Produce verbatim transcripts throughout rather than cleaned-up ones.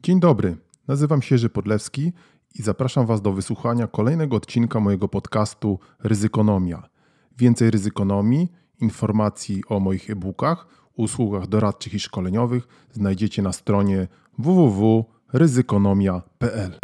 Dzień dobry, nazywam się Jerzy Podlewski i zapraszam Was do wysłuchania kolejnego odcinka mojego podcastu Ryzykonomia. Więcej ryzykonomii, informacji o moich e-bookach, usługach doradczych i szkoleniowych znajdziecie na stronie w w w kropka ryzykonomia kropka p l.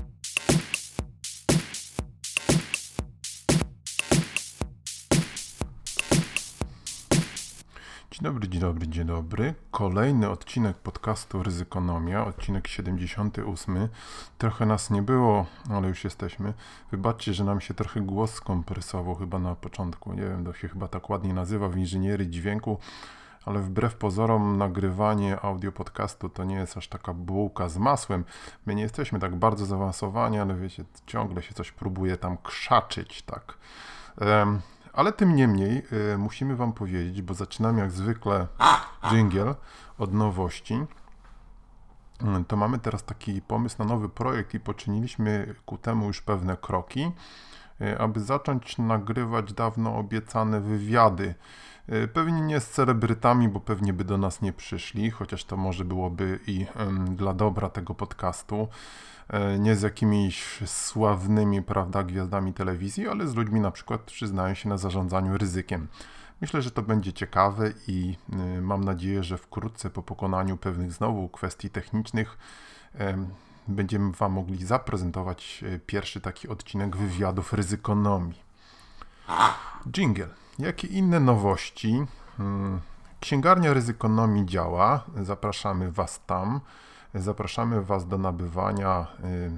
Dzień dobry, dzień dobry, dzień dobry. Kolejny odcinek podcastu Ryzykonomia, odcinek siedemdziesiąty ósmy. Trochę nas nie było, ale już jesteśmy. Wybaczcie, że nam się trochę głos skompresował chyba na początku. Nie wiem, to się chyba tak ładnie nazywa w inżynierii dźwięku, ale wbrew pozorom nagrywanie audio podcastu to nie jest aż taka bułka z masłem. My nie jesteśmy tak bardzo zaawansowani, ale wiecie, ciągle się coś próbuje tam krzaczyć, tak. Um, Ale tym niemniej y, musimy Wam powiedzieć, bo zaczynam jak zwykle dżingiel od nowości. Y, to mamy teraz taki pomysł na nowy projekt i poczyniliśmy ku temu już pewne kroki, y, aby zacząć nagrywać dawno obiecane wywiady. Y, pewnie nie z celebrytami, bo pewnie by do nas nie przyszli, chociaż to może byłoby i y, dla dobra tego podcastu. Nie z jakimiś sławnymi, prawda, gwiazdami telewizji, ale z ludźmi na przykład, którzy znają się na zarządzaniu ryzykiem. Myślę, że to będzie ciekawe i y, mam nadzieję, że wkrótce po pokonaniu pewnych znowu kwestii technicznych y, będziemy Wam mogli zaprezentować y, pierwszy taki odcinek wywiadów ryzykonomii. Jingle. Jakie inne nowości? Y, księgarnia ryzykonomii działa. Zapraszamy Was tam. Zapraszamy Was do nabywania y,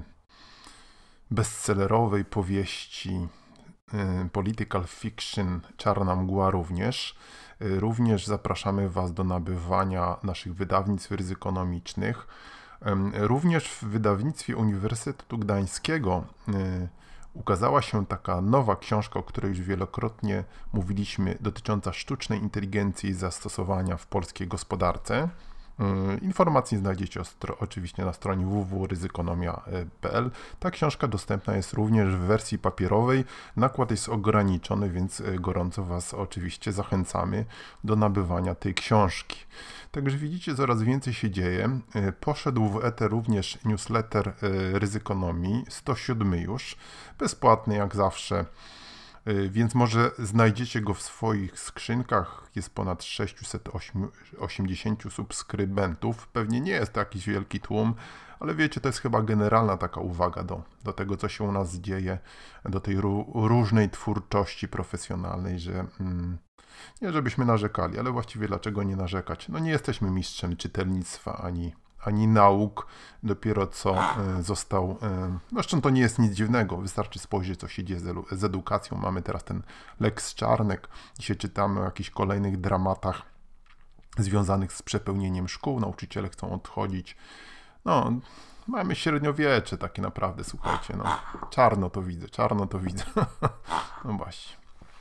bestsellerowej powieści y, Political Fiction Czarna Mgła również. Y, również zapraszamy Was do nabywania naszych wydawnictw ryzykonomicznych. Y, również w wydawnictwie Uniwersytetu Gdańskiego y, ukazała się taka nowa książka, o której już wielokrotnie mówiliśmy, dotycząca sztucznej inteligencji i zastosowania w polskiej gospodarce. Informacje znajdziecie ostro, oczywiście na stronie w w w kropka ryzykonomia kropka p l. Ta książka dostępna jest również w wersji papierowej. Nakład jest ograniczony, więc gorąco Was oczywiście zachęcamy do nabywania tej książki. Także widzicie, coraz więcej się dzieje. Poszedł w eter również newsletter Ryzykonomii, sto siódmy już, bezpłatny jak zawsze. Więc może znajdziecie go w swoich skrzynkach. Jest ponad sześćset osiemdziesięciu subskrybentów. Pewnie nie jest to jakiś wielki tłum, ale wiecie, to jest chyba generalna taka uwaga do, do tego, co się u nas dzieje, do tej ró- różnej twórczości profesjonalnej, że mm, nie żebyśmy narzekali, ale właściwie dlaczego nie narzekać? No nie jesteśmy mistrzem czytelnictwa ani ani nauk, dopiero co y, został, y, zresztą to nie jest nic dziwnego, wystarczy spojrzeć, co się dzieje z, z edukacją. Mamy teraz ten Lex Czarnek, dzisiaj czytamy o jakichś kolejnych dramatach związanych z przepełnieniem szkół, nauczyciele chcą odchodzić. No, mamy średniowiecze takie naprawdę, słuchajcie, no, czarno to widzę, czarno to widzę. No właśnie.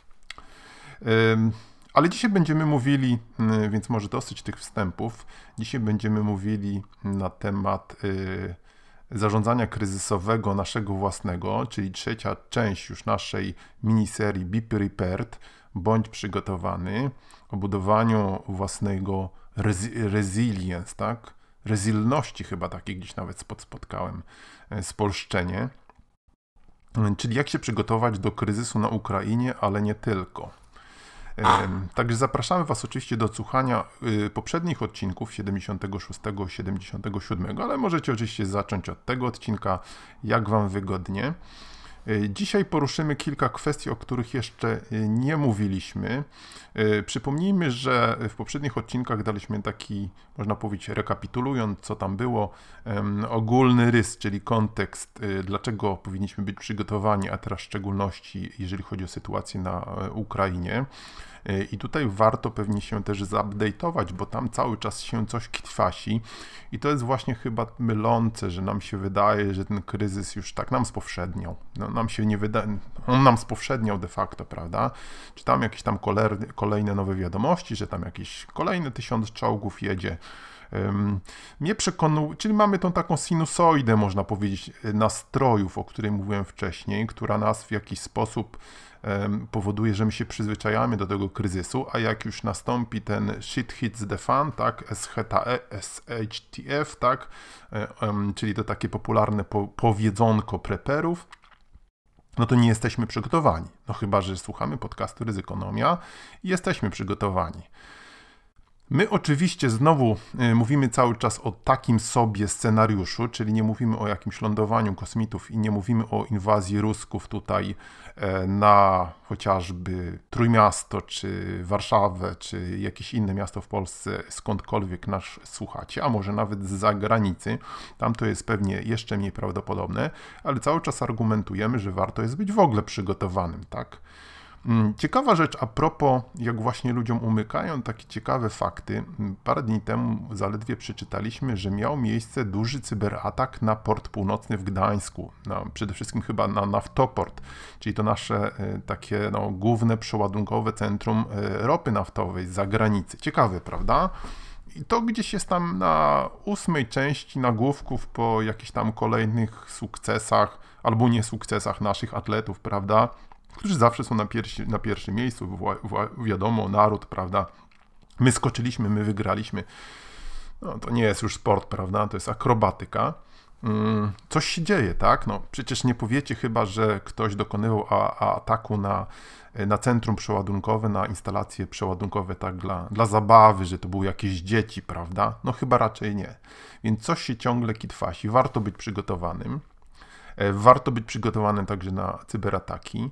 Ym. Ale dzisiaj będziemy mówili, więc może dosyć tych wstępów, dzisiaj będziemy mówili na temat y, zarządzania kryzysowego naszego własnego, czyli trzecia część już naszej miniserii Be Prepared, bądź przygotowany, o budowaniu własnego rezi- resilience, tak? Rezylności chyba takie gdzieś nawet spotkałem, spolszczenie, czyli jak się przygotować do kryzysu na Ukrainie, ale nie tylko. Także zapraszamy Was oczywiście do odsłuchania poprzednich odcinków siedemdziesiątego szóstego, siedemdziesiątego siódmego, ale możecie oczywiście zacząć od tego odcinka, jak Wam wygodnie. Dzisiaj poruszymy kilka kwestii, o których jeszcze nie mówiliśmy. Przypomnijmy, że w poprzednich odcinkach daliśmy taki, można powiedzieć, rekapitulując, co tam było, ogólny rys, czyli kontekst, dlaczego powinniśmy być przygotowani, a teraz w szczególności, jeżeli chodzi o sytuację na Ukrainie. I tutaj warto pewnie się też zupdate'ować, bo tam cały czas się coś kwasi i to jest właśnie chyba mylące, że nam się wydaje, że ten kryzys już tak nam spowszedniał. No, nam się nie wydaje, on nam spowszedniał de facto, prawda? Czytamy jakieś tam kolejne nowe wiadomości, że tam jakieś kolejne tysiąc czołgów jedzie Mnie przekonuje, czyli mamy tą taką sinusoidę, można powiedzieć, nastrojów, o której mówiłem wcześniej, która nas w jakiś sposób powoduje, że my się przyzwyczajamy do tego kryzysu, a jak już nastąpi ten shit hits the fan, tak, S H T F, tak, czyli to takie popularne powiedzonko preperów, no to nie jesteśmy przygotowani. No chyba że słuchamy podcastu Ryzykonomia i jesteśmy przygotowani. My oczywiście znowu y, mówimy cały czas o takim sobie scenariuszu, czyli nie mówimy o jakimś lądowaniu kosmitów i nie mówimy o inwazji Rusków tutaj e, na chociażby Trójmiasto, czy Warszawę, czy jakieś inne miasto w Polsce, skądkolwiek nas słuchacie, a może nawet z zagranicy. Tam to jest pewnie jeszcze mniej prawdopodobne, ale cały czas argumentujemy, że warto jest być w ogóle przygotowanym, tak? Ciekawa rzecz a propos, jak właśnie ludziom umykają takie ciekawe fakty. Parę dni temu zaledwie przeczytaliśmy, że miał miejsce duży cyberatak na port północny w Gdańsku. No, przede wszystkim chyba na Naftoport, czyli to nasze e, takie no, główne przeładunkowe centrum e, ropy naftowej z zagranicy. Ciekawe, prawda? I to gdzieś jest tam na ósmej części nagłówków po jakichś tam kolejnych sukcesach albo niesukcesach naszych atletów, prawda? Którzy zawsze są na, piersi, na pierwszym miejscu, wła, wła, wiadomo, naród, prawda, my skoczyliśmy, my wygraliśmy, no to nie jest już sport, prawda, to jest akrobatyka, hmm, coś się dzieje, tak, no przecież nie powiecie chyba, że ktoś dokonywał a, a ataku na, na centrum przeładunkowe, na instalacje przeładunkowe tak dla, dla zabawy, że to były jakieś dzieci, prawda, no chyba raczej nie, więc coś się ciągle kitwasi, warto być przygotowanym. Warto być przygotowanym także na cyberataki.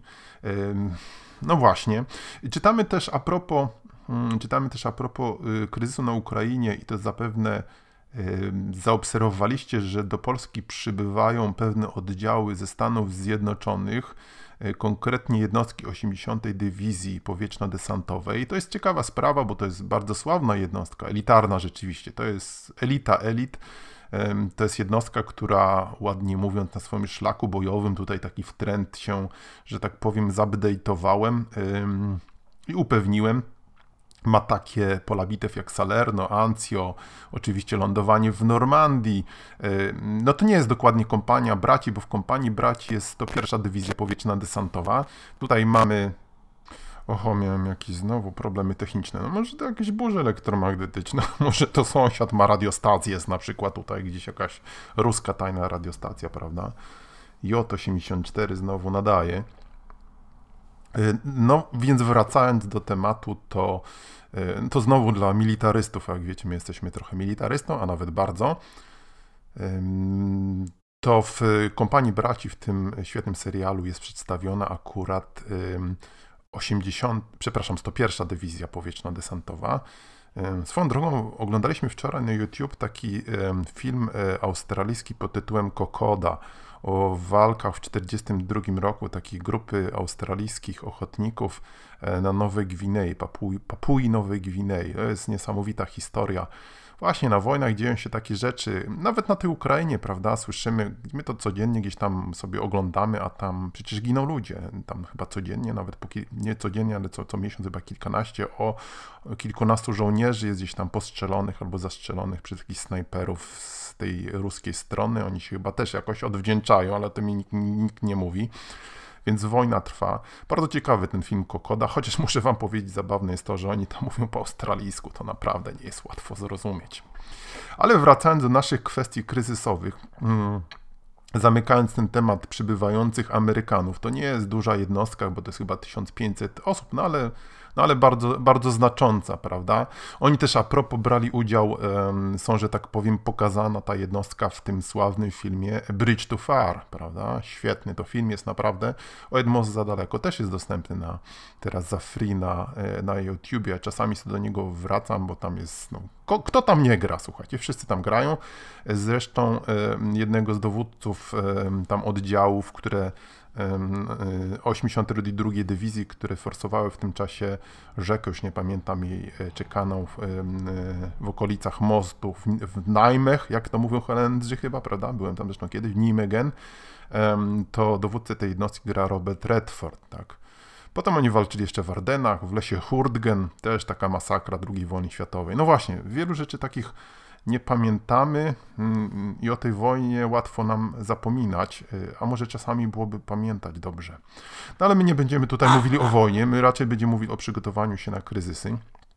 No właśnie. Czytamy też a propos, czytamy też a propos kryzysu na Ukrainie i to zapewne zaobserwowaliście, że do Polski przybywają pewne oddziały ze Stanów Zjednoczonych, konkretnie jednostki osiemdziesiątej Dywizji Powietrzno-Desantowej. To jest ciekawa sprawa, bo to jest bardzo sławna jednostka, elitarna rzeczywiście. To jest elita elit. To jest jednostka, która ładnie mówiąc na swoim szlaku bojowym, tutaj taki w trend się, że tak powiem, zupdate'owałem i upewniłem. Ma takie pola bitew jak Salerno, Anzio, oczywiście lądowanie w Normandii. No to nie jest dokładnie kompania braci, bo w kompanii braci jest to pierwsza dywizja powietrzna desantowa. Tutaj mamy... Oho, miałem jakieś znowu problemy techniczne. No może to jakieś burze elektromagnetyczne, może to sąsiad ma radiostację, jest na przykład tutaj gdzieś jakaś ruska tajna radiostacja, prawda? J osiemdziesiąt cztery znowu nadaje. No więc wracając do tematu, to, to znowu dla militarystów, jak wiecie, my jesteśmy trochę militarystą, a nawet bardzo. To w Kompanii Braci, w tym świetnym serialu jest przedstawiona akurat osiemdziesiąta, przepraszam, sto pierwsza Dywizja Powietrzno-Desantowa. Swoją drogą oglądaliśmy wczoraj na YouTube taki film australijski pod tytułem Kokoda o walkach w tysiąc dziewięćset czterdziestym drugim roku takiej grupy australijskich ochotników na Nowej Gwinei, Papui, Papui Nowej Gwinei. To jest niesamowita historia. Właśnie na wojnach dzieją się takie rzeczy, nawet na tej Ukrainie, prawda, słyszymy, my to codziennie gdzieś tam sobie oglądamy, a tam przecież giną ludzie, tam chyba codziennie, nawet po, nie codziennie, ale co, co miesiąc chyba kilkanaście, o, o kilkunastu żołnierzy jest gdzieś tam postrzelonych albo zastrzelonych przez jakichś snajperów z tej ruskiej strony, oni się chyba też jakoś odwdzięczają, ale to mi nikt, nikt nie mówi. Więc wojna trwa. Bardzo ciekawy ten film Kokoda, chociaż muszę wam powiedzieć, zabawne jest to, że oni tam mówią po australijsku, to naprawdę nie jest łatwo zrozumieć. Ale wracając do naszych kwestii kryzysowych, hmm, zamykając ten temat przybywających Amerykanów, to nie jest duża jednostka, bo to jest chyba tysiąc pięćset osób, no ale, no ale bardzo, bardzo znacząca, prawda? Oni też a propos brali udział, um, są, że tak powiem, pokazana ta jednostka w tym sławnym filmie Bridge Too Far, prawda? Świetny to film jest naprawdę. O Ed Most za daleko też jest dostępny na, teraz za free na, na YouTubie. Ja czasami sobie do niego wracam, bo tam jest, no, kto tam nie gra, słuchajcie, wszyscy tam grają. Zresztą jednego z dowódców tam oddziałów, które osiemdziesiątej drugiej Dywizji, które forsowały w tym czasie rzekę, już nie pamiętam jej czekaną w, w okolicach mostu w, w Nijmegen, jak to mówią Holendrzy chyba, prawda? Byłem tam zresztą kiedyś, w Nijmegen. To dowódcę tej jednostki gra Robert Redford, tak. Potem oni walczyli jeszcze w Ardenach, w lesie Hurtgen, też taka masakra drugiej wojny światowej. No właśnie, wielu rzeczy takich nie pamiętamy i o tej wojnie łatwo nam zapominać, a może czasami byłoby pamiętać dobrze. No ale my nie będziemy tutaj mówili o wojnie, my raczej będziemy mówili o przygotowaniu się na kryzysy.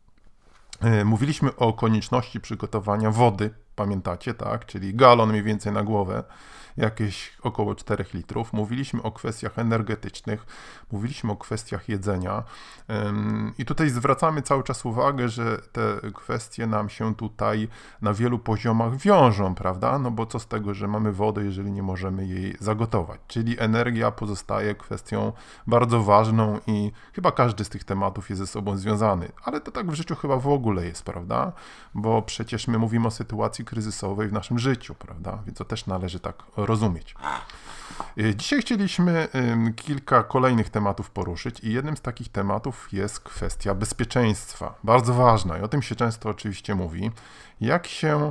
Mówiliśmy o konieczności przygotowania wody, pamiętacie, tak? Czyli galon mniej więcej na głowę, jakieś około czterech litrów. Mówiliśmy o kwestiach energetycznych, mówiliśmy o kwestiach jedzenia i tutaj zwracamy cały czas uwagę, że te kwestie nam się tutaj na wielu poziomach wiążą, prawda? No bo co z tego, że mamy wodę, jeżeli nie możemy jej zagotować? Czyli energia pozostaje kwestią bardzo ważną i chyba każdy z tych tematów jest ze sobą związany, ale to tak w życiu chyba w ogóle jest, prawda? Bo przecież my mówimy o sytuacji kryzysowej w naszym życiu, prawda? Więc to też należy tak rozumieć. Dzisiaj chcieliśmy kilka kolejnych tematów poruszyć i jednym z takich tematów jest kwestia bezpieczeństwa. Bardzo ważna i o tym się często oczywiście mówi. Jak się,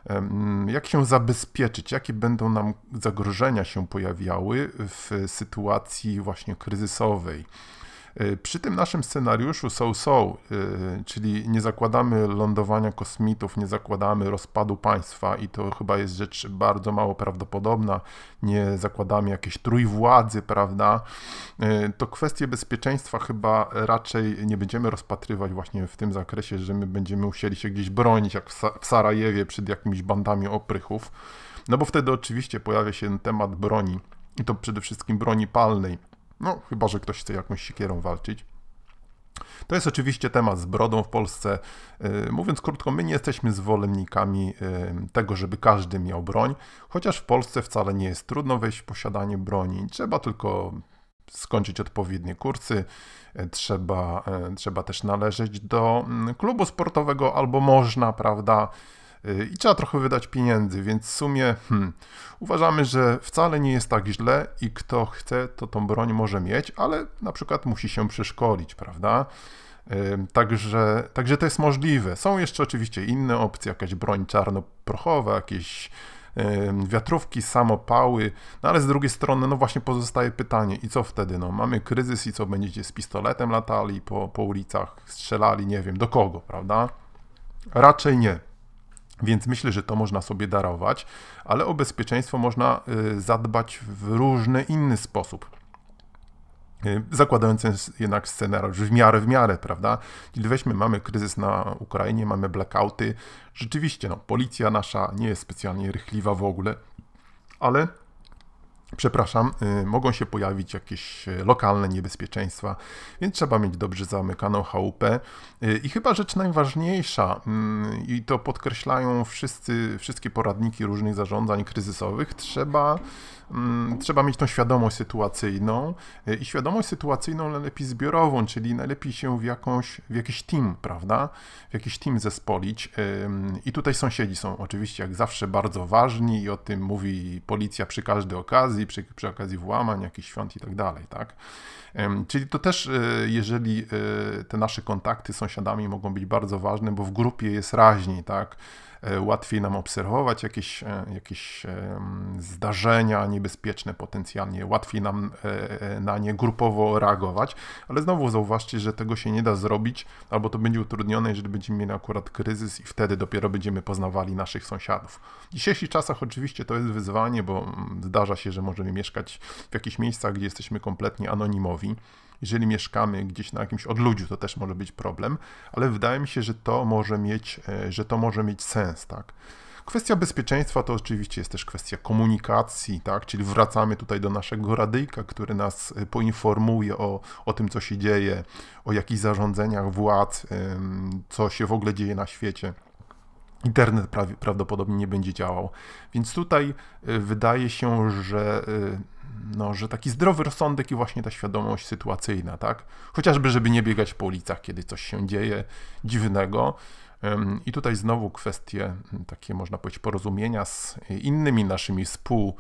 jak się zabezpieczyć, jakie będą nam zagrożenia się pojawiały w sytuacji właśnie kryzysowej. Przy tym naszym scenariuszu so-so, czyli nie zakładamy lądowania kosmitów, nie zakładamy rozpadu państwa i to chyba jest rzecz bardzo mało prawdopodobna, nie zakładamy jakiejś trójwładzy, prawda, to kwestie bezpieczeństwa chyba raczej nie będziemy rozpatrywać właśnie w tym zakresie, że my będziemy musieli się gdzieś bronić jak w Sarajewie przed jakimiś bandami oprychów, no bo wtedy oczywiście pojawia się temat broni i to przede wszystkim broni palnej. No, chyba że ktoś chce jakąś siekierą walczyć. To jest oczywiście temat z brodą w Polsce. Mówiąc krótko, my nie jesteśmy zwolennikami tego, żeby każdy miał broń, chociaż w Polsce wcale nie jest trudno wejść w posiadanie broni. Trzeba tylko skończyć odpowiednie kursy, trzeba, trzeba też należeć do klubu sportowego albo można, prawda, i trzeba trochę wydać pieniędzy, więc w sumie hmm, uważamy, że wcale nie jest tak źle i kto chce, to tą broń może mieć, ale na przykład musi się przeszkolić, prawda? Yy, także, także to jest możliwe. Są jeszcze oczywiście inne opcje, jakaś broń czarnoprochowa, jakieś yy, wiatrówki, samopały, no ale z drugiej strony, no właśnie pozostaje pytanie, i co wtedy? No, mamy kryzys i co, będziecie z pistoletem latali po, po ulicach, strzelali, nie wiem, do kogo, prawda? Raczej nie. Więc myślę, że to można sobie darować, ale o bezpieczeństwo można zadbać w różny inny sposób. Zakładając jednak scenariusz w miarę, w miarę, prawda? Czyli weźmy, mamy kryzys na Ukrainie, mamy blackouty. Rzeczywiście, no, policja nasza nie jest specjalnie rychliwa w ogóle, ale przepraszam, y, mogą się pojawić jakieś lokalne niebezpieczeństwa, więc trzeba mieć dobrze zamykaną chałupę. Y, I chyba rzecz najważniejsza, y, i to podkreślają wszyscy, wszystkie poradniki różnych zarządzań kryzysowych, trzeba, y, trzeba mieć tą świadomość sytuacyjną y, i świadomość sytuacyjną najlepiej zbiorową, czyli najlepiej się w, jakąś, w jakiś team, prawda, w jakiś team zespolić. Y, I tutaj sąsiedzi są oczywiście jak zawsze bardzo ważni i o tym mówi policja przy każdej okazji, Przy, przy okazji włamań, jakichś świąt i tak dalej, tak? Czyli to też, jeżeli te nasze kontakty z sąsiadami mogą być bardzo ważne, bo w grupie jest raźniej, tak? Łatwiej nam obserwować jakieś, jakieś zdarzenia niebezpieczne potencjalnie, łatwiej nam na nie grupowo reagować, ale znowu zauważcie, że tego się nie da zrobić, albo to będzie utrudnione, jeżeli będziemy mieli akurat kryzys i wtedy dopiero będziemy poznawali naszych sąsiadów. W dzisiejszych czasach oczywiście to jest wyzwanie, bo zdarza się, że możemy mieszkać w jakichś miejscach, gdzie jesteśmy kompletnie anonimowi. Jeżeli mieszkamy gdzieś na jakimś odludziu, to też może być problem, ale wydaje mi się, że to może mieć, że to może mieć sens, tak. Kwestia bezpieczeństwa to oczywiście jest też kwestia komunikacji, tak, czyli wracamy tutaj do naszego radyjka, który nas poinformuje o, o tym, co się dzieje, o jakichś zarządzeniach władz, co się w ogóle dzieje na świecie. Internet prawie, prawdopodobnie nie będzie działał, więc tutaj wydaje się, że no, że taki zdrowy rozsądek i właśnie ta świadomość sytuacyjna, tak? Chociażby, żeby nie biegać po ulicach, kiedy coś się dzieje dziwnego. I tutaj znowu kwestie takie, można powiedzieć, porozumienia z innymi naszymi współ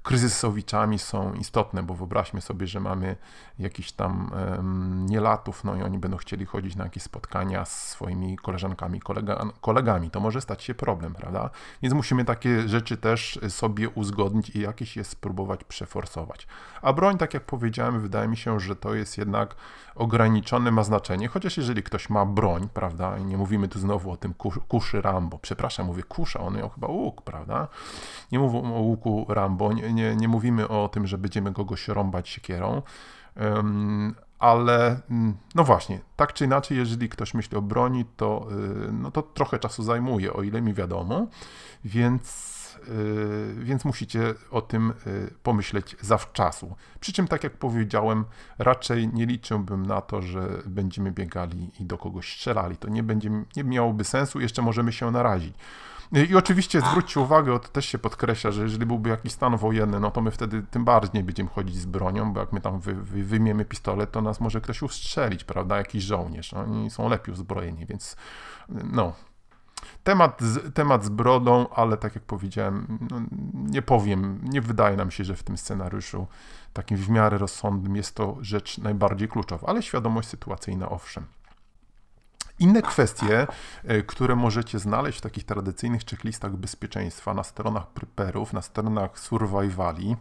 kryzysowiczami są istotne, bo wyobraźmy sobie, że mamy jakiś tam um, nielatów, no i oni będą chcieli chodzić na jakieś spotkania z swoimi koleżankami, kolega, kolegami. To może stać się problem, prawda? Więc musimy takie rzeczy też sobie uzgodnić i jakieś je spróbować przeforsować. A broń, tak jak powiedziałem, wydaje mi się, że to jest jednak ograniczone ma znaczenie, chociaż jeżeli ktoś ma broń, prawda, i nie mówimy tu znowu o tym kuszy, kuszy Rambo, przepraszam, mówię kusza, on miał chyba łuk, prawda? Nie mówię o łuku Rambo, nie, nie, nie mówimy o tym, że będziemy kogoś rąbać siekierą, um, ale no właśnie, tak czy inaczej, jeżeli ktoś myśli o broni, to, no to trochę czasu zajmuje, o ile mi wiadomo, więc więc musicie o tym pomyśleć zawczasu. Przy czym, tak jak powiedziałem, raczej nie liczyłbym na to, że będziemy biegali i do kogoś strzelali. To nie będzie, nie miałoby sensu, jeszcze możemy się narazić. I oczywiście zwróćcie uwagę, to też się podkreśla, że jeżeli byłby jakiś stan wojenny, no to my wtedy tym bardziej nie będziemy chodzić z bronią, bo jak my tam wy, wy, wyjmiemy pistolet, to nas może ktoś ustrzelić, prawda, jakiś żołnierz. No, oni są lepiej uzbrojeni, więc no... Temat z, temat z brodą, ale tak jak powiedziałem, no, nie powiem, nie wydaje nam się, że w tym scenariuszu takim w miarę rozsądnym jest to rzecz najbardziej kluczowa, ale świadomość sytuacyjna owszem. Inne kwestie, które możecie znaleźć w takich tradycyjnych checklistach bezpieczeństwa na stronach preperów, na stronach survivali.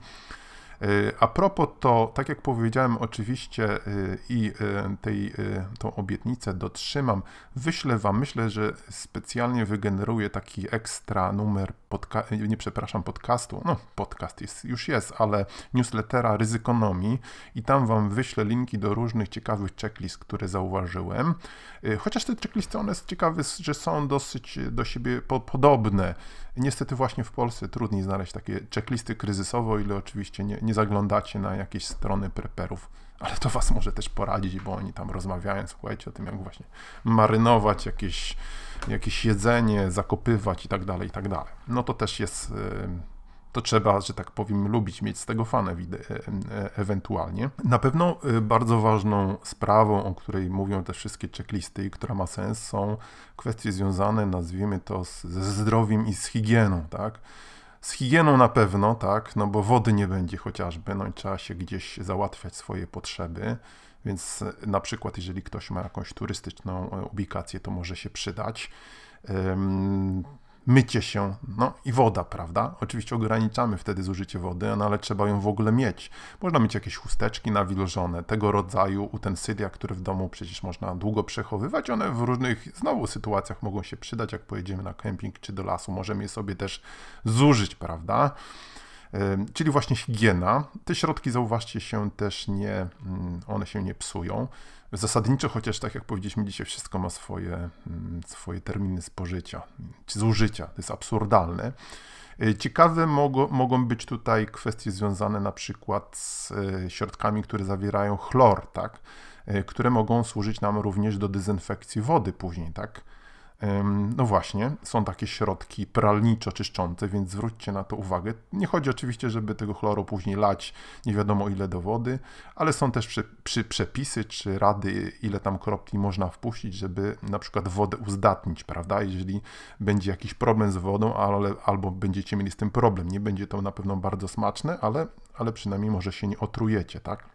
A propos to, tak jak powiedziałem, oczywiście i tej, tą obietnicę dotrzymam, wyślę wam, myślę, że specjalnie wygeneruję taki ekstra numer, podca- nie przepraszam, podcastu, no podcast jest, już jest, ale newslettera Ryzykonomii i tam wam wyślę linki do różnych ciekawych checklist, które zauważyłem. Chociaż te checklisty, one jest ciekawe, że są dosyć do siebie po- podobne. Niestety właśnie w Polsce trudniej znaleźć takie checklisty kryzysowe, o ile oczywiście nie, nie zaglądacie na jakieś strony preperów, ale to was może też poradzić, bo oni tam rozmawiają, słuchajcie, o tym, jak właśnie marynować jakieś, jakieś jedzenie, zakopywać i tak dalej, i tak dalej. No to też jest, to trzeba, że tak powiem, lubić, mieć z tego fanę e- ewentualnie. Na pewno bardzo ważną sprawą, o której mówią te wszystkie checklisty i która ma sens, są kwestie związane, nazwijmy to, z, ze zdrowiem i z higieną, tak? Z higieną na pewno, tak, no bo wody nie będzie chociażby, no i trzeba się gdzieś załatwiać swoje potrzeby, więc na przykład jeżeli ktoś ma jakąś turystyczną ubikację, to może się przydać. Um, mycie się, no i woda, prawda? Oczywiście ograniczamy wtedy zużycie wody, no ale trzeba ją w ogóle mieć. Można mieć jakieś chusteczki nawilżone, tego rodzaju utensylia, które w domu przecież można długo przechowywać. One w różnych, znowu, sytuacjach mogą się przydać, jak pojedziemy na kemping czy do lasu. Możemy je sobie też zużyć, prawda? Czyli właśnie higiena. Te środki, zauważcie, się też nie, one się nie psują. Zasadniczo, chociaż tak jak powiedzieliśmy dzisiaj, wszystko ma swoje, swoje terminy spożycia, czy zużycia. To jest absurdalne. Ciekawe mogą, mogą być tutaj kwestie związane na przykład z środkami, które zawierają chlor, tak? Które mogą służyć nam również do dezynfekcji wody później, tak? No właśnie, są takie środki pralniczo-czyszczące, więc zwróćcie na to uwagę. Nie chodzi oczywiście, żeby tego chloru później lać nie wiadomo ile do wody, ale są też przy, przy przepisy czy rady, ile tam kropli można wpuścić, żeby na przykład wodę uzdatnić, prawda? Jeżeli będzie jakiś problem z wodą, ale, albo będziecie mieli z tym problem, nie będzie to na pewno bardzo smaczne, ale, ale przynajmniej może się nie otrujecie, tak?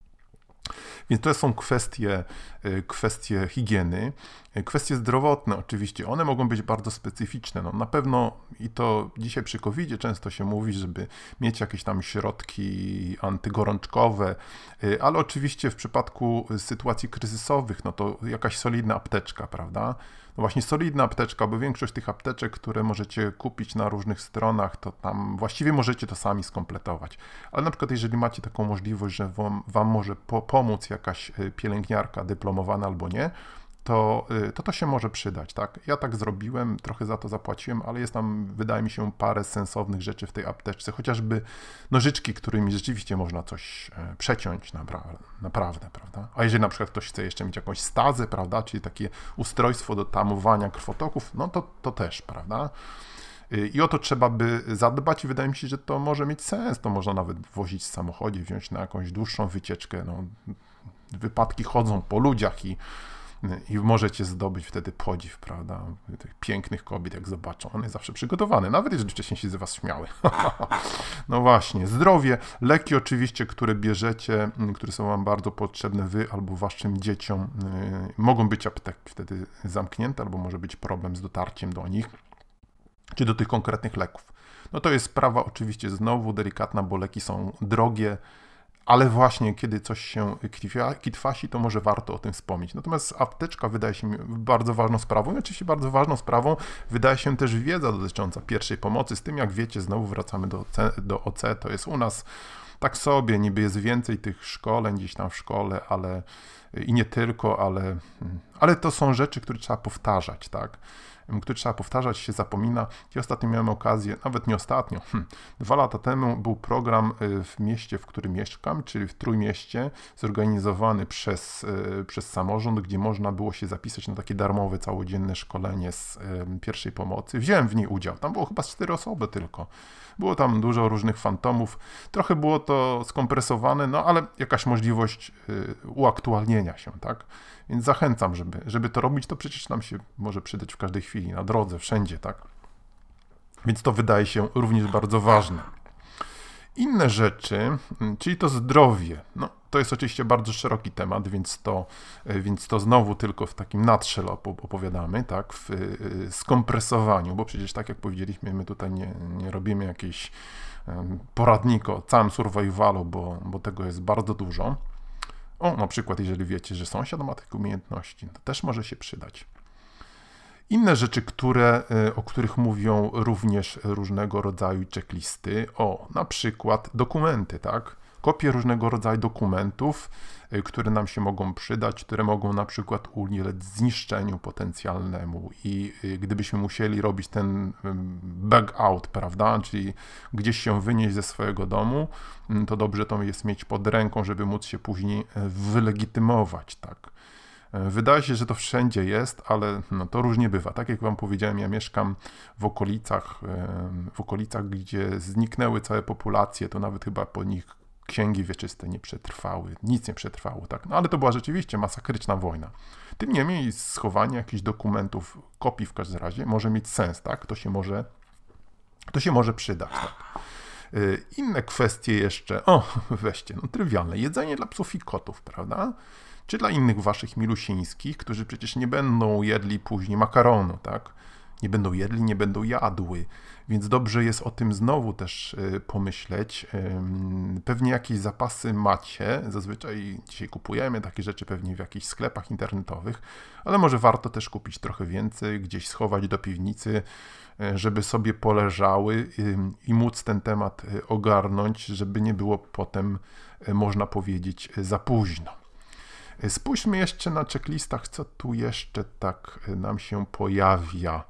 Więc to są kwestie, kwestie higieny. Kwestie zdrowotne oczywiście, one mogą być bardzo specyficzne. No, na pewno i to dzisiaj przy kowidzie często się mówi, żeby mieć jakieś tam środki antygorączkowe, ale oczywiście w przypadku sytuacji kryzysowych, no to jakaś solidna apteczka, prawda? No właśnie solidna apteczka, bo większość tych apteczek, które możecie kupić na różnych stronach, to tam właściwie możecie to sami skompletować. Ale na przykład jeżeli macie taką możliwość, że wam, wam może po, pomóc jakaś pielęgniarka dyplomowana albo nie, to, to to się może przydać, tak? Ja tak zrobiłem, trochę za to zapłaciłem, ale jest tam, wydaje mi się, parę sensownych rzeczy w tej apteczce, chociażby nożyczki, którymi rzeczywiście można coś przeciąć napra- naprawdę, prawda? A jeżeli na przykład ktoś chce jeszcze mieć jakąś stazę, prawda, czyli takie ustrojstwo do tamowania krwotoków, no to, to też, prawda? I o to trzeba by zadbać i wydaje mi się, że to może mieć sens, to można nawet wozić w samochodzie, wziąć na jakąś dłuższą wycieczkę, no, wypadki chodzą po ludziach i i możecie zdobyć wtedy podziw, prawda, tych pięknych kobiet, jak zobaczą. On jest zawsze przygotowany, nawet jeżeli wcześniej się z was śmiały. No właśnie, zdrowie, leki oczywiście, które bierzecie, które są wam bardzo potrzebne, wy albo waszym dzieciom, mogą być apteki wtedy zamknięte, albo może być problem z dotarciem do nich, czy do tych konkretnych leków. No to jest sprawa oczywiście znowu delikatna, bo leki są drogie, ale właśnie kiedy coś się kitwasi, to może warto o tym wspomnieć. Natomiast apteczka wydaje się mi bardzo ważną sprawą i oczywiście bardzo ważną sprawą wydaje się też wiedza dotycząca pierwszej pomocy. Z tym, jak wiecie, znowu wracamy do, C, do O C, to jest u nas tak sobie, niby jest więcej tych szkoleń gdzieś tam w szkole, ale i nie tylko, ale, ale to są rzeczy, które trzeba powtarzać, tak? Które trzeba powtarzać, się zapomina. I ostatnio miałem okazję, nawet nie ostatnio, hm, dwa lata temu był program w mieście, w którym mieszkam, czyli w Trójmieście, zorganizowany przez, przez samorząd, gdzie można było się zapisać na takie darmowe, całodzienne szkolenie z pierwszej pomocy. Wziąłem w niej udział, tam było chyba cztery osoby tylko. Było tam dużo różnych fantomów, trochę było to skompresowane, no ale jakaś możliwość uaktualnienia się, tak? Więc zachęcam, żeby, żeby to robić, to przecież nam się może przydać w każdej chwili, na drodze, wszędzie, tak? Więc to wydaje się również bardzo ważne. Inne rzeczy, czyli to zdrowie, no to jest oczywiście bardzo szeroki temat, więc to, więc to znowu tylko w takim nutshell opowiadamy, tak, w skompresowaniu, bo przecież tak jak powiedzieliśmy, my tutaj nie, nie robimy jakiejś poradnika o całym survivalu, bo, bo tego jest bardzo dużo. O, na przykład jeżeli wiecie, że sąsiad ma takie umiejętności, to też może się przydać. Inne rzeczy, które, o których mówią również różnego rodzaju checklisty, o, na przykład dokumenty, tak? Kopie różnego rodzaju dokumentów, które nam się mogą przydać, które mogą na przykład ulec zniszczeniu potencjalnemu i gdybyśmy musieli robić ten bag out, prawda, czyli gdzieś się wynieść ze swojego domu, to dobrze to jest mieć pod ręką, żeby móc się później wylegitymować, tak. Wydaje się, że to wszędzie jest, ale no, to różnie bywa. Tak jak wam powiedziałem, ja mieszkam w okolicach, w okolicach, gdzie zniknęły całe populacje, to nawet chyba po nich księgi wieczyste nie przetrwały, nic nie przetrwało, tak? No ale to była rzeczywiście masakryczna wojna. Tym niemniej schowanie jakichś dokumentów, kopii w każdym razie, może mieć sens, tak? To się może, to się może przydać, tak? Inne kwestie jeszcze, o, weźcie, no trywialne, jedzenie dla psów i kotów, prawda? Czy dla innych waszych milusińskich, którzy przecież nie będą jedli później makaronu, tak? Nie będą jedli, nie będą jadły, więc dobrze jest o tym znowu też pomyśleć. Pewnie jakieś zapasy macie, zazwyczaj dzisiaj kupujemy takie rzeczy pewnie w jakichś sklepach internetowych, ale może warto też kupić trochę więcej, gdzieś schować do piwnicy, żeby sobie poleżały i móc ten temat ogarnąć, żeby nie było potem, można powiedzieć, za późno. Spójrzmy jeszcze na checklistach, co tu jeszcze tak nam się pojawia.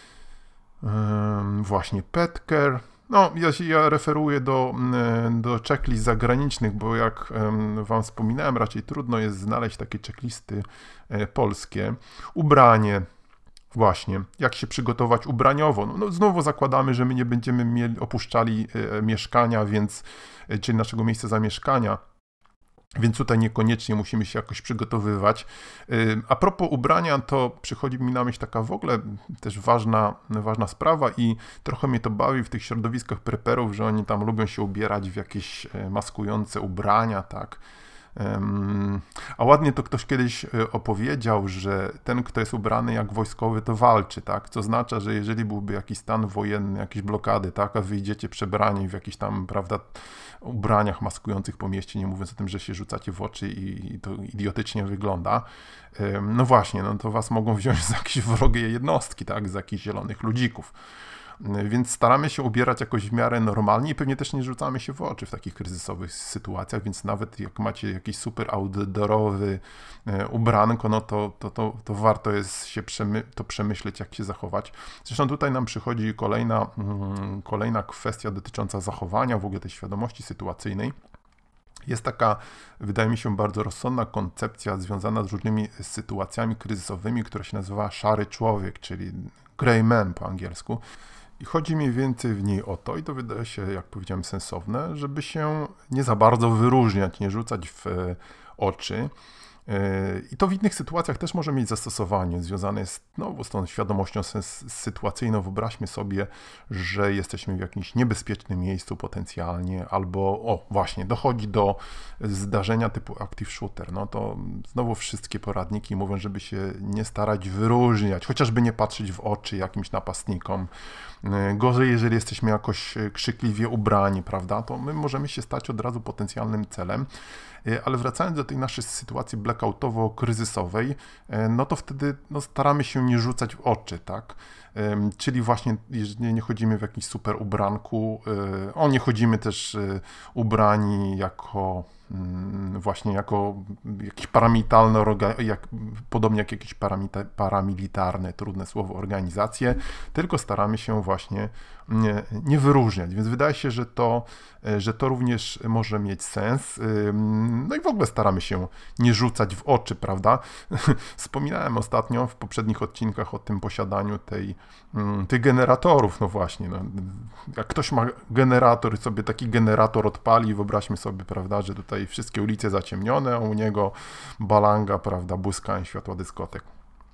Um, właśnie pet care. No, ja, ja referuję do, do checklist zagranicznych, bo jak um, wam wspominałem, raczej trudno jest znaleźć takie checklisty e, polskie. Ubranie. Właśnie, jak się przygotować ubraniowo. No, no znowu zakładamy, że my nie będziemy mieli, opuszczali e, mieszkania, więc, e, czyli naszego miejsca zamieszkania. Więc tutaj niekoniecznie musimy się jakoś przygotowywać. A propos ubrania, to przychodzi mi na myśl taka w ogóle też ważna, ważna sprawa i trochę mnie to bawi w tych środowiskach preperów, że oni tam lubią się ubierać w jakieś maskujące ubrania, tak. A ładnie to ktoś kiedyś opowiedział, że ten, kto jest ubrany jak wojskowy, to walczy, tak? Co oznacza, że jeżeli byłby jakiś stan wojenny, jakieś blokady, tak? A wyjdziecie przebrani w jakichś tam, prawda, ubraniach maskujących po mieście, nie mówiąc o tym, że się rzucacie w oczy i to idiotycznie wygląda. No właśnie, no to was mogą wziąć za jakieś wrogie jednostki, tak? Za jakichś zielonych ludzików. Więc staramy się ubierać jakoś w miarę normalnie i pewnie też nie rzucamy się w oczy w takich kryzysowych sytuacjach, więc nawet jak macie jakiś super outdoorowy ubranko, no to, to, to, to warto jest się przemy- to przemyśleć, jak się zachować. Zresztą tutaj nam przychodzi kolejna, kolejna kwestia dotycząca zachowania, w ogóle tej świadomości sytuacyjnej. Jest taka, wydaje mi się, bardzo rozsądna koncepcja związana z różnymi sytuacjami kryzysowymi, która się nazywa szary człowiek, czyli grey man po angielsku. I chodzi mniej więcej w niej o to, i to wydaje się, jak powiedziałem, sensowne, żeby się nie za bardzo wyróżniać, nie rzucać w oczy, I to w innych sytuacjach też może mieć zastosowanie, związane jest znowu z tą świadomością sytuacyjną. Wyobraźmy sobie, że jesteśmy w jakimś niebezpiecznym miejscu potencjalnie, albo o właśnie, dochodzi do zdarzenia typu active shooter. No to znowu wszystkie poradniki mówią, żeby się nie starać wyróżniać, chociażby nie patrzeć w oczy jakimś napastnikom. Gorzej, jeżeli jesteśmy jakoś krzykliwie ubrani, prawda, to my możemy się stać od razu potencjalnym celem. Ale wracając do tej naszej sytuacji blackoutowo-kryzysowej, no to wtedy no, staramy się nie rzucać w oczy, tak? Czyli właśnie, jeżeli nie chodzimy w jakimś super ubranku, o nie chodzimy też ubrani jako właśnie jako jakieś paramilitarne, jak, podobnie jak jakieś paramilitarne, trudne słowo, organizacje, tylko staramy się właśnie nie, nie wyróżniać, więc wydaje się, że to, że to również może mieć sens. No i w ogóle staramy się nie rzucać w oczy, prawda? Wspominałem ostatnio w poprzednich odcinkach o tym posiadaniu tej, tych generatorów, no właśnie, no, jak ktoś ma generator i sobie taki generator odpali, wyobraźmy sobie, prawda, że tutaj wszystkie ulice zaciemnione, a u niego balanga, prawda, błyskają światła dyskotek.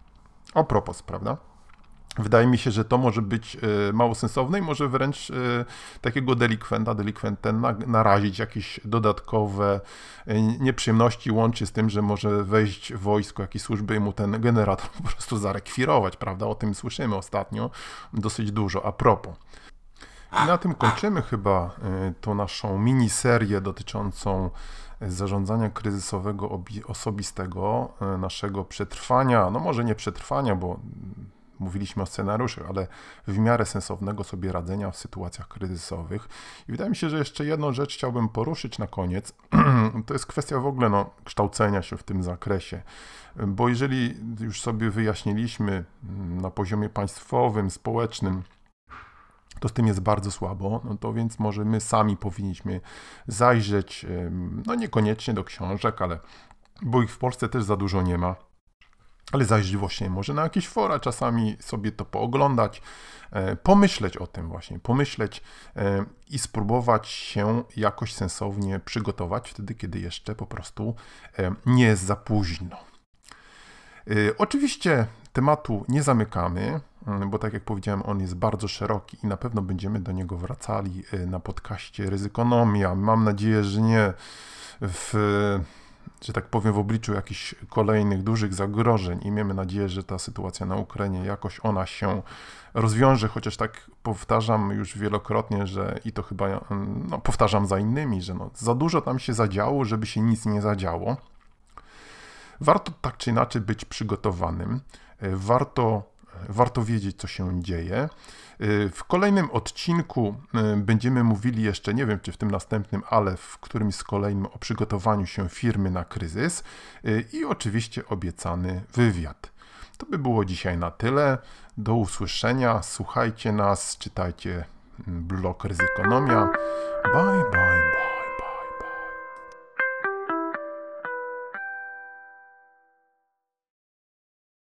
A propos, prawda? Wydaje mi się, że to może być y, mało sensowne i może wręcz y, takiego delikwenta, delikwenten na, narazić jakieś dodatkowe y, nieprzyjemności, łącznie z tym, że może wejść w wojsko jakiejś służby i mu ten generator po prostu zarekwirować, prawda? O tym słyszymy ostatnio dosyć dużo. A propos. I na tym kończymy chyba y, tą naszą miniserię dotyczącą zarządzania kryzysowego osobistego, y, naszego przetrwania, no może nie przetrwania, bo mówiliśmy o scenariuszach, ale w miarę sensownego sobie radzenia w sytuacjach kryzysowych. I wydaje mi się, że jeszcze jedną rzecz chciałbym poruszyć na koniec. To jest kwestia w ogóle no, kształcenia się w tym zakresie. Bo jeżeli już sobie wyjaśniliśmy na poziomie państwowym, społecznym, to z tym jest bardzo słabo, no to więc może my sami powinniśmy zajrzeć, no niekoniecznie do książek, ale bo ich w Polsce też za dużo nie ma. Ale zajrzeć właśnie może na jakieś fora, czasami sobie to pooglądać, pomyśleć o tym właśnie, pomyśleć i spróbować się jakoś sensownie przygotować wtedy, kiedy jeszcze po prostu nie jest za późno. Oczywiście tematu nie zamykamy, bo tak jak powiedziałem, on jest bardzo szeroki i na pewno będziemy do niego wracali na podcaście Ryzykonomia. Mam nadzieję, że nie w... że tak powiem, w obliczu jakichś kolejnych dużych zagrożeń i miejmy nadzieję, że ta sytuacja na Ukrainie jakoś ona się rozwiąże, chociaż tak powtarzam już wielokrotnie, że i to chyba no, powtarzam za innymi, że no, za dużo tam się zadziało, żeby się nic nie zadziało. Warto tak czy inaczej być przygotowanym, warto, warto wiedzieć, co się dzieje. W kolejnym odcinku będziemy mówili jeszcze, nie wiem czy w tym następnym, ale w którymś z kolejnym o przygotowaniu się firmy na kryzys i oczywiście obiecany wywiad. To by było dzisiaj na tyle. Do usłyszenia. Słuchajcie nas, czytajcie blog Ryzykonomia. Bye, bye, bye.